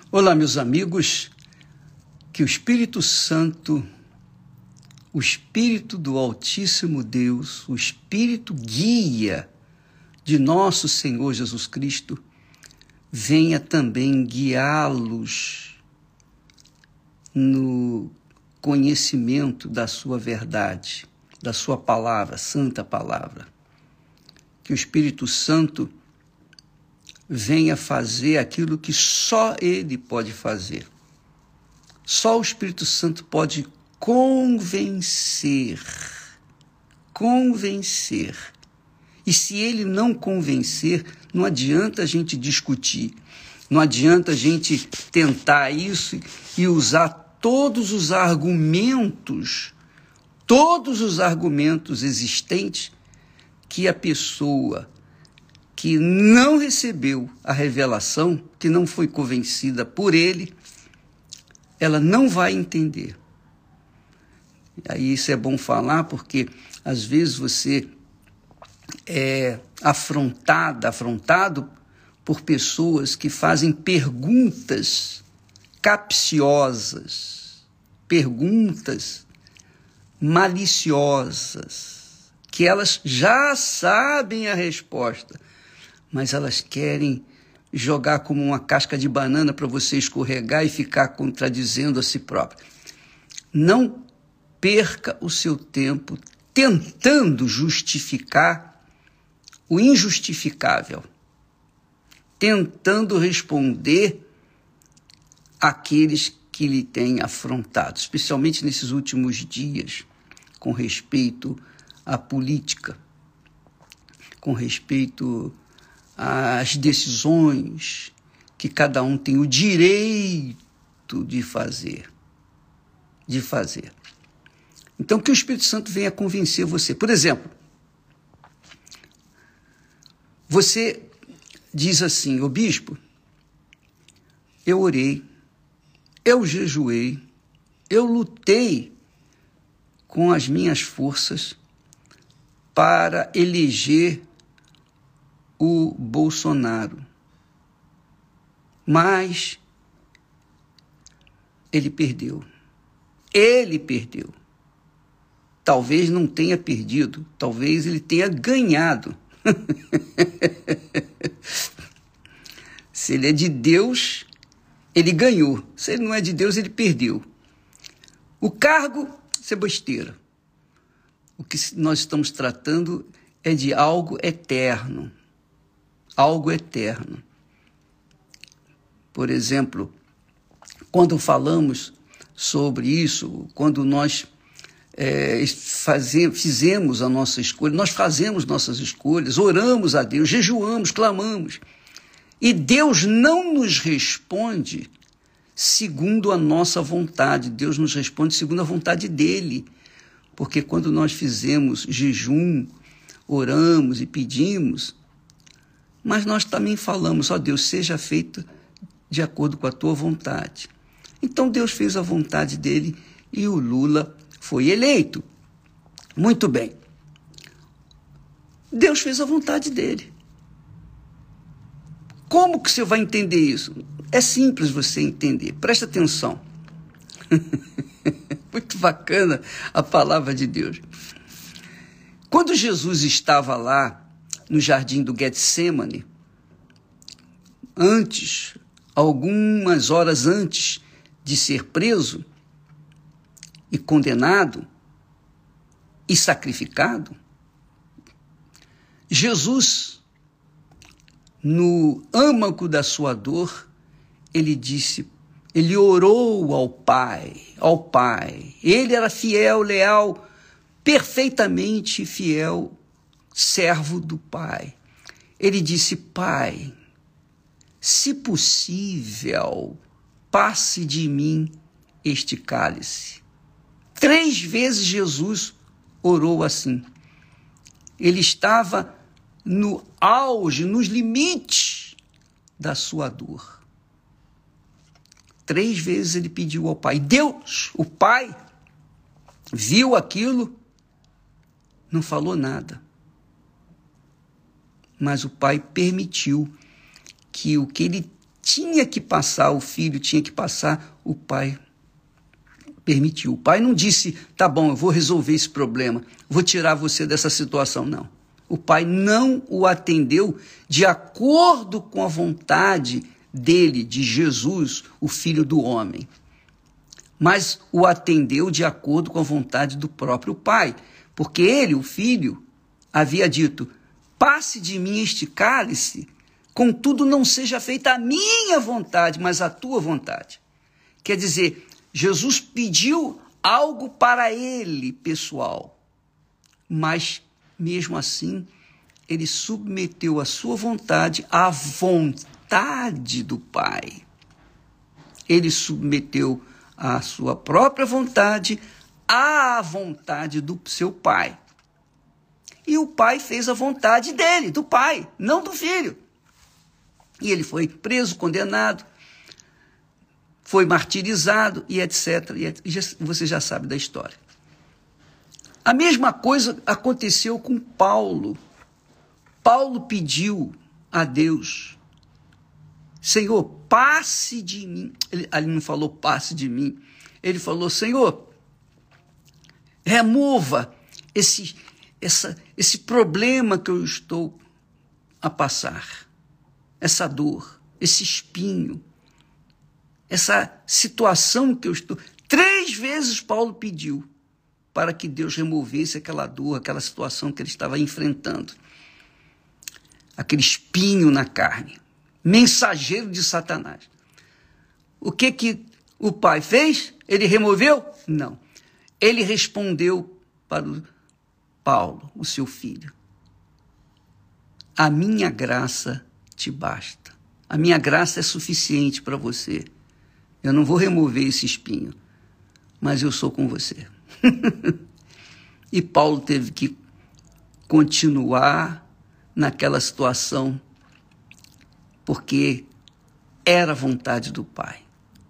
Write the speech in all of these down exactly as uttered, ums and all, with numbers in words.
Olá, meus amigos, que o Espírito Santo, o Espírito do Altíssimo Deus, o Espírito guia de nosso Senhor Jesus Cristo, venha também guiá-los no conhecimento da sua verdade, da sua palavra, santa palavra. Que o Espírito Santo venha fazer aquilo que só Ele pode fazer. Só o Espírito Santo pode convencer, convencer. E se Ele não convencer, não adianta a gente discutir, não adianta a gente tentar isso e usar todos os argumentos, todos os argumentos existentes que a pessoa que não recebeu a revelação, que não foi convencida por ele, ela não vai entender. Aí isso é bom falar porque, às vezes, você é afrontado, afrontado por pessoas que fazem perguntas capciosas, perguntas maliciosas, que elas já sabem a resposta, mas elas querem jogar como uma casca de banana para você escorregar e ficar contradizendo a si próprio. Não perca o seu tempo tentando justificar o injustificável, tentando responder àqueles que lhe têm afrontado, especialmente nesses últimos dias, com respeito à política, com respeito as decisões que cada um tem o direito de fazer, de fazer. Então, que o Espírito Santo venha convencer você. Por exemplo, você diz assim: ô bispo, eu orei, eu jejuei, eu lutei com as minhas forças para eleger o Bolsonaro, mas ele perdeu. Ele perdeu. Talvez não tenha perdido, talvez ele tenha ganhado. Se ele é de Deus, ele ganhou. Se ele não é de Deus, ele perdeu. O cargo, isso é besteira. O que nós estamos tratando é de algo eterno. Algo eterno. Por exemplo, quando falamos sobre isso, quando nós é, faze, fizemos a nossa escolha, nós fazemos nossas escolhas, oramos a Deus, jejuamos, clamamos, e Deus não nos responde segundo a nossa vontade, Deus nos responde segundo a vontade dele, porque quando nós fizemos jejum, oramos e pedimos, mas nós também falamos: ó Deus, seja feito de acordo com a tua vontade. Então Deus fez a vontade dele e o Lula foi eleito. Muito bem. Deus fez a vontade dele. Como que você vai entender isso? É simples você entender. Presta atenção. Muito bacana a palavra de Deus. Quando Jesus estava lá no jardim do Getsêmani, antes, algumas horas antes de ser preso e condenado e sacrificado, Jesus, no âmago da sua dor, ele disse, ele orou ao Pai, ao Pai. Ele era fiel, leal, perfeitamente fiel, servo do Pai. Ele disse: Pai, se possível, passe de mim este cálice. Três vezes Jesus orou assim. Ele estava no auge, nos limites da sua dor. Três vezes ele pediu ao Pai. Deus, o Pai, viu aquilo, não falou nada. Mas o Pai permitiu que o que ele tinha que passar, o filho tinha que passar, o pai permitiu. O pai não disse, tá bom, eu vou resolver esse problema, vou tirar você dessa situação, não. O pai não o atendeu de acordo com a vontade dele, de Jesus, o Filho do homem, mas o atendeu de acordo com a vontade do próprio pai, porque ele, o filho, havia dito, passe de mim este cálice, contudo não seja feita a minha vontade, mas a tua vontade. Quer dizer, Jesus pediu algo para ele, pessoal, mas mesmo assim, ele submeteu a sua vontade à vontade do Pai. Ele submeteu a sua própria vontade à vontade do seu Pai. E o Pai fez a vontade dele, do Pai, não do Filho. E ele foi preso, condenado, foi martirizado e etcétera. E você já sabe da história. A mesma coisa aconteceu com Paulo. Paulo pediu a Deus, Senhor, passe de mim. Ele, ele não falou passe de mim. Ele falou, Senhor, remova esse, essa, esse problema que eu estou a passar. Essa dor, esse espinho, essa situação que eu estou... Três vezes Paulo pediu para que Deus removesse aquela dor, aquela situação que ele estava enfrentando. Aquele espinho na carne. Mensageiro de Satanás. O que que o pai fez? Ele removeu? Não. Ele respondeu para o Paulo, o seu filho. A minha graça te basta. A minha graça é suficiente para você. Eu não vou remover esse espinho, mas eu sou com você. E Paulo teve que continuar naquela situação, porque era a vontade do Pai.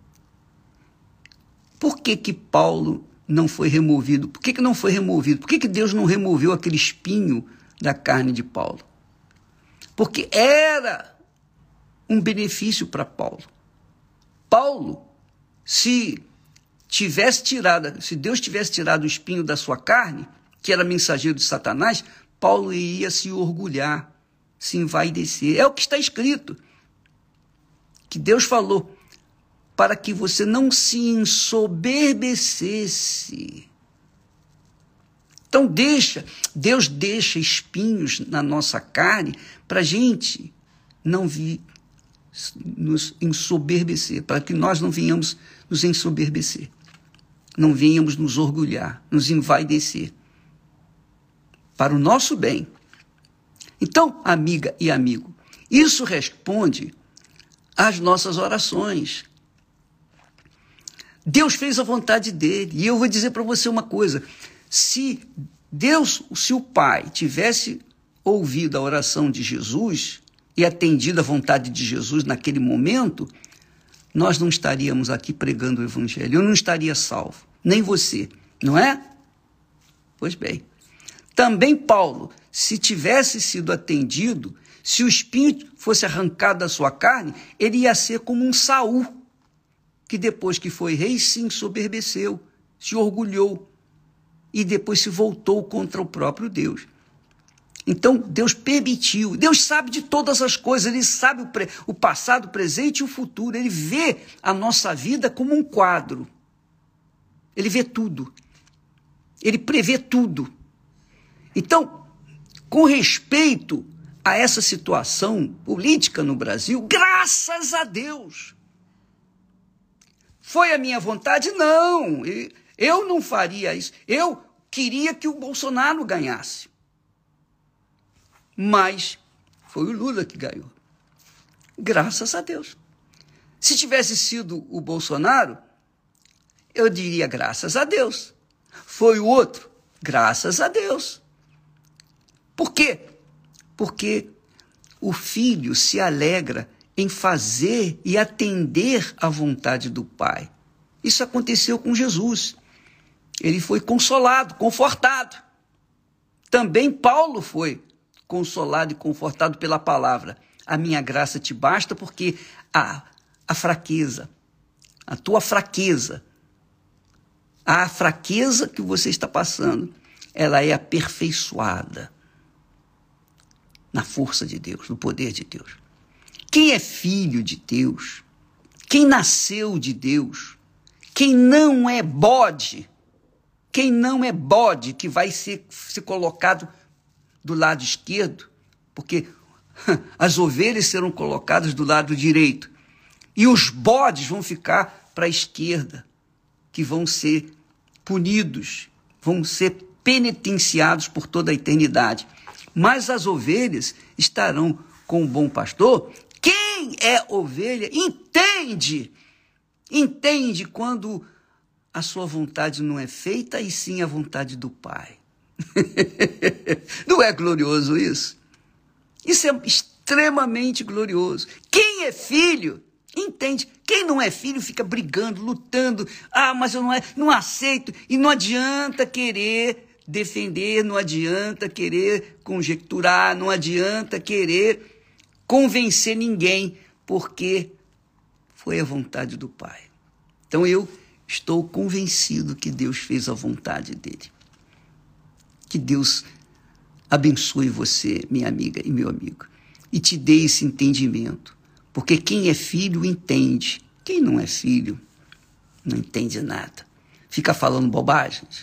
Por que que Paulo não foi removido? Por que que não foi removido? Por que que Deus não removeu aquele espinho da carne de Paulo? Porque era um benefício para Paulo. Paulo, se tivesse tirado, se Deus tivesse tirado o espinho da sua carne, que era mensageiro de Satanás, Paulo iria se orgulhar, se envaidecer. É o que está escrito. Que Deus falou para que você não se ensoberbecesse. Então deixa, Deus deixa espinhos na nossa carne para a gente não vir nos ensoberbecer, para que nós não venhamos nos ensoberbecer, não venhamos nos orgulhar, nos envaidecer, para o nosso bem. Então, amiga e amigo, isso responde às nossas orações. Deus fez a vontade dele, e eu vou dizer para você uma coisa, se Deus, se o Pai, tivesse ouvido a oração de Jesus e atendido a vontade de Jesus naquele momento, nós não estaríamos aqui pregando o Evangelho, eu não estaria salvo, nem você, não é? Pois bem, também Paulo, se tivesse sido atendido, se o espinho fosse arrancado da sua carne, ele ia ser como um Saul, que depois que foi rei se ensoberbeceu, se orgulhou e depois se voltou contra o próprio Deus. Então, Deus permitiu. Deus sabe de todas as coisas. Ele sabe o, pre, o passado, o presente e o futuro. Ele vê a nossa vida como um quadro. Ele vê tudo. Ele prevê tudo. Então, com respeito a essa situação política no Brasil, graças a Deus. Foi a minha vontade? Não. Eu não faria isso. Eu queria que o Bolsonaro ganhasse. Mas foi o Lula que ganhou. Graças a Deus. Se tivesse sido o Bolsonaro, eu diria graças a Deus. Foi o outro? Graças a Deus. Por quê? Porque o filho se alegra em fazer e atender à vontade do Pai. Isso aconteceu com Jesus. Ele foi consolado, confortado. Também Paulo foi consolado e confortado pela palavra. a minha graça te basta, porque a, a fraqueza, a tua fraqueza, a fraqueza que você está passando, ela é aperfeiçoada na força de Deus, no poder de Deus. Quem é filho de Deus, quem nasceu de Deus, quem não é bode, quem não é bode que vai ser, ser colocado do lado esquerdo, porque as ovelhas serão colocadas do lado direito e os bodes vão ficar para a esquerda, que vão ser punidos, vão ser penitenciados por toda a eternidade. Mas as ovelhas estarão com o bom pastor. Quem é ovelha entende, entende quando a sua vontade não é feita e sim a vontade do Pai. Não é glorioso isso? Isso é extremamente glorioso. Quem é filho entende. Quem não é filho fica brigando, lutando. Ah, mas eu não, é, não aceito. E não adianta querer defender, não adianta querer conjecturar, não adianta querer convencer ninguém, porque foi a vontade do Pai. Então eu estou convencido que Deus fez a vontade dele. Que Deus abençoe você, minha amiga e meu amigo, e te dê esse entendimento. Porque quem é filho entende. Quem não é filho não entende nada. Fica falando bobagens.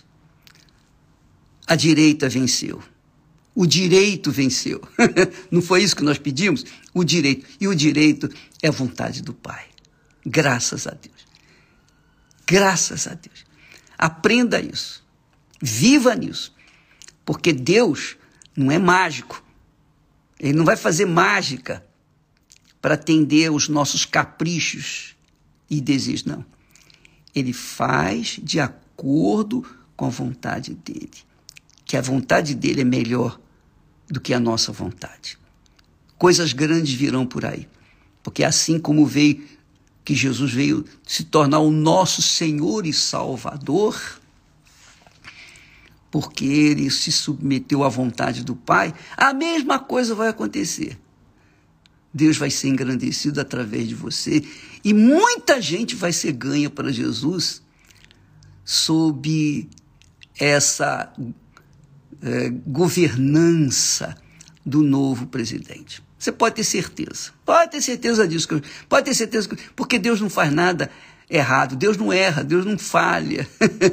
A direita venceu. O direito venceu. Não foi isso que nós pedimos? O direito. E o direito é a vontade do Pai. Graças a Deus. Graças a Deus. Aprenda isso. Viva nisso. Porque Deus não é mágico. Ele não vai fazer mágica para atender os nossos caprichos e desejos, não. Ele faz de acordo com a vontade dele. Que a vontade dele é melhor do que a nossa vontade. Coisas grandes virão por aí. Porque assim como veio, que Jesus veio se tornar o nosso Senhor e Salvador, porque ele se submeteu à vontade do Pai, a mesma coisa vai acontecer. Deus vai ser engrandecido através de você e muita gente vai ser ganha para Jesus sob essa é, governança do novo presidente. Você pode ter certeza, pode ter certeza disso, pode ter certeza, que, porque Deus não faz nada errado, Deus não erra, Deus não falha.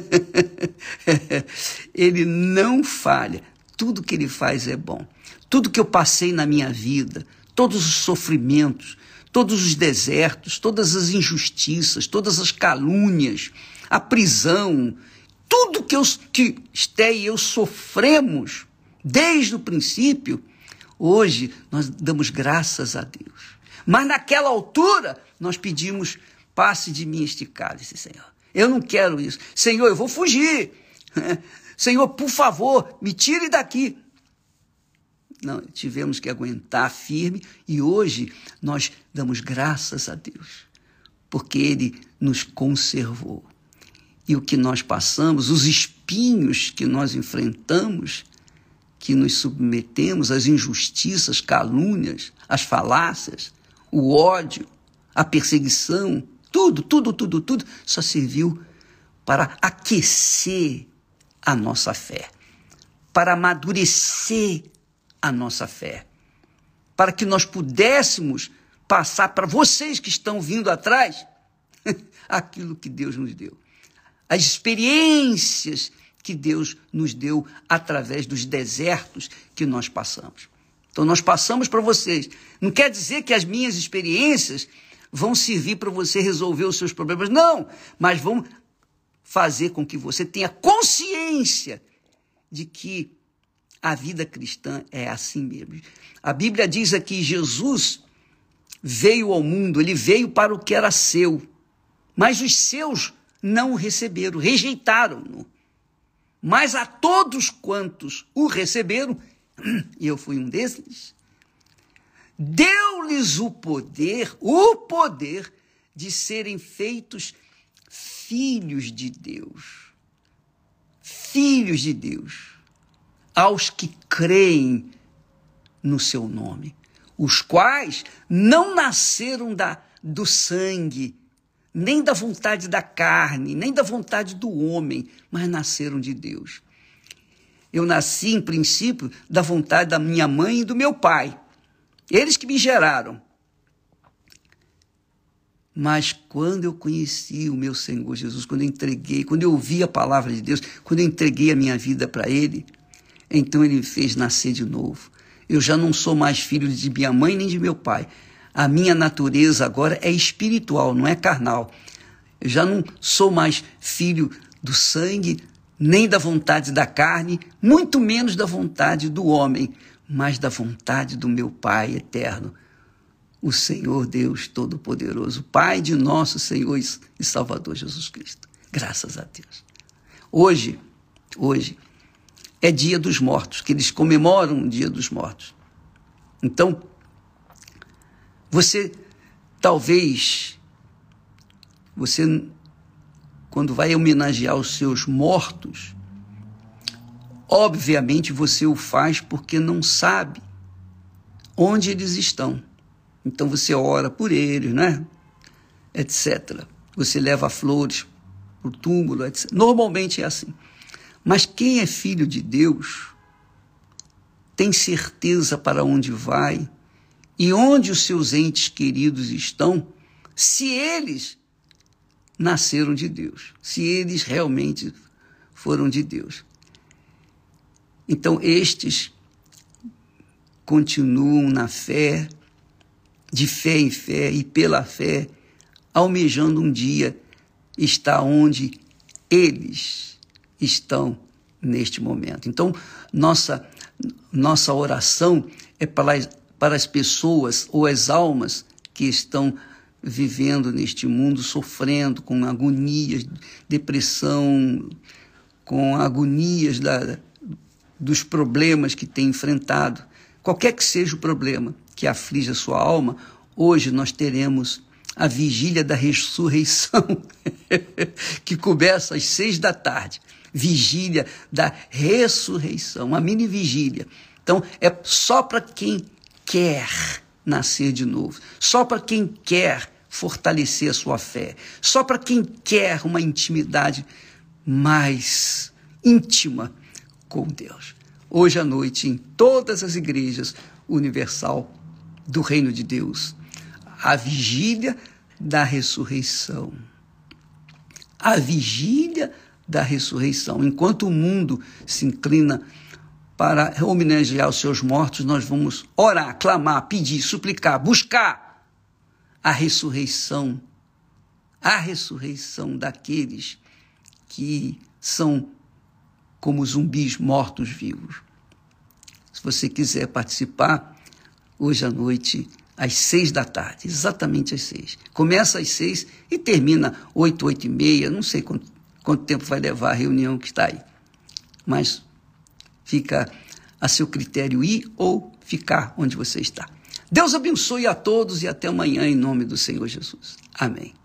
Ele não falha. Tudo que ele faz é bom. Tudo que eu passei na minha vida, todos os sofrimentos, todos os desertos, todas as injustiças, todas as calúnias, a prisão, tudo que, eu, que Esté e eu sofremos desde o princípio, hoje nós damos graças a Deus. Mas naquela altura nós pedimos: passe de mim este cálice, Senhor. Eu não quero isso. Senhor, eu vou fugir. Senhor, por favor, me tire daqui. Não, tivemos que aguentar firme e hoje nós damos graças a Deus, porque Ele nos conservou. E o que nós passamos, os espinhos que nós enfrentamos, que nos submetemos às injustiças, calúnias, às falácias, o ódio, a perseguição, tudo, tudo, tudo, tudo, só serviu para aquecer a nossa fé, para amadurecer a nossa fé, para que nós pudéssemos passar para vocês que estão vindo atrás aquilo que Deus nos deu. As experiências que Deus nos deu através dos desertos que nós passamos. Então nós passamos para vocês. Não quer dizer que as minhas experiências vão servir para você resolver os seus problemas, não, mas vão fazer com que você tenha consciência de que a vida cristã é assim mesmo. A Bíblia diz aqui: Jesus veio ao mundo, ele veio para o que era seu, mas os seus não o receberam, rejeitaram-no. Mas a todos quantos o receberam, e eu fui um desses, deu-lhes o poder, o poder de serem feitos filhos de Deus. Filhos de Deus. Aos que creem no seu nome. os quais não nasceram da, do sangue, nem da vontade da carne, nem da vontade do homem, mas nasceram de Deus. Eu nasci, em princípio, da vontade da minha mãe e do meu pai. Eles que me geraram. Mas quando eu conheci o meu Senhor Jesus, quando eu entreguei, quando eu ouvi a palavra de Deus, quando eu entreguei a minha vida para Ele, então Ele me fez nascer de novo. Eu já não sou mais filho de minha mãe nem de meu pai. A minha natureza agora é espiritual, não é carnal. Eu já não sou mais filho do sangue, nem da vontade da carne, muito menos da vontade do homem, mas da vontade do meu Pai eterno, o Senhor Deus Todo-Poderoso, Pai de nosso Senhor e Salvador Jesus Cristo. Graças a Deus. Hoje, hoje, é dia dos mortos, que eles comemoram o dia dos mortos. Então, você, talvez, você, quando vai homenagear os seus mortos, obviamente você o faz porque não sabe onde eles estão. Então você ora por eles, né? etcétera. Você leva flores para o túmulo, etcétera. Normalmente é assim. Mas quem é filho de Deus tem certeza para onde vai e onde os seus entes queridos estão, se eles nasceram de Deus, se eles realmente foram de Deus. Então, estes continuam na fé, de fé em fé e pela fé, almejando um dia estar onde eles estão neste momento. Então, nossa, nossa oração é para as, para as pessoas ou as almas que estão vivendo neste mundo, sofrendo com agonias, depressão, com agonias da, dos problemas que têm enfrentado. Qualquer que seja o problema que aflige a sua alma, hoje nós teremos a vigília da ressurreição, que começa às seis da tarde. Vigília da ressurreição, uma mini vigília. Então, é só para quem quer nascer de novo, só para quem quer fortalecer a sua fé, só para quem quer uma intimidade mais íntima com Deus. Hoje à noite, em todas as igrejas universal do Reino de Deus, a vigília da ressurreição. A vigília da ressurreição. Enquanto o mundo se inclina para homenagear os seus mortos, nós vamos orar, clamar, pedir, suplicar, buscar a ressurreição, a ressurreição daqueles que são como zumbis mortos-vivos. Se você quiser participar, hoje à noite, às seis da tarde, exatamente às seis. Começa às seis e termina oito, oito e meia, não sei quanto, quanto tempo vai levar a reunião que está aí. Mas fica a seu critério ir ou ficar onde você está. Deus abençoe a todos e até amanhã em nome do Senhor Jesus. Amém.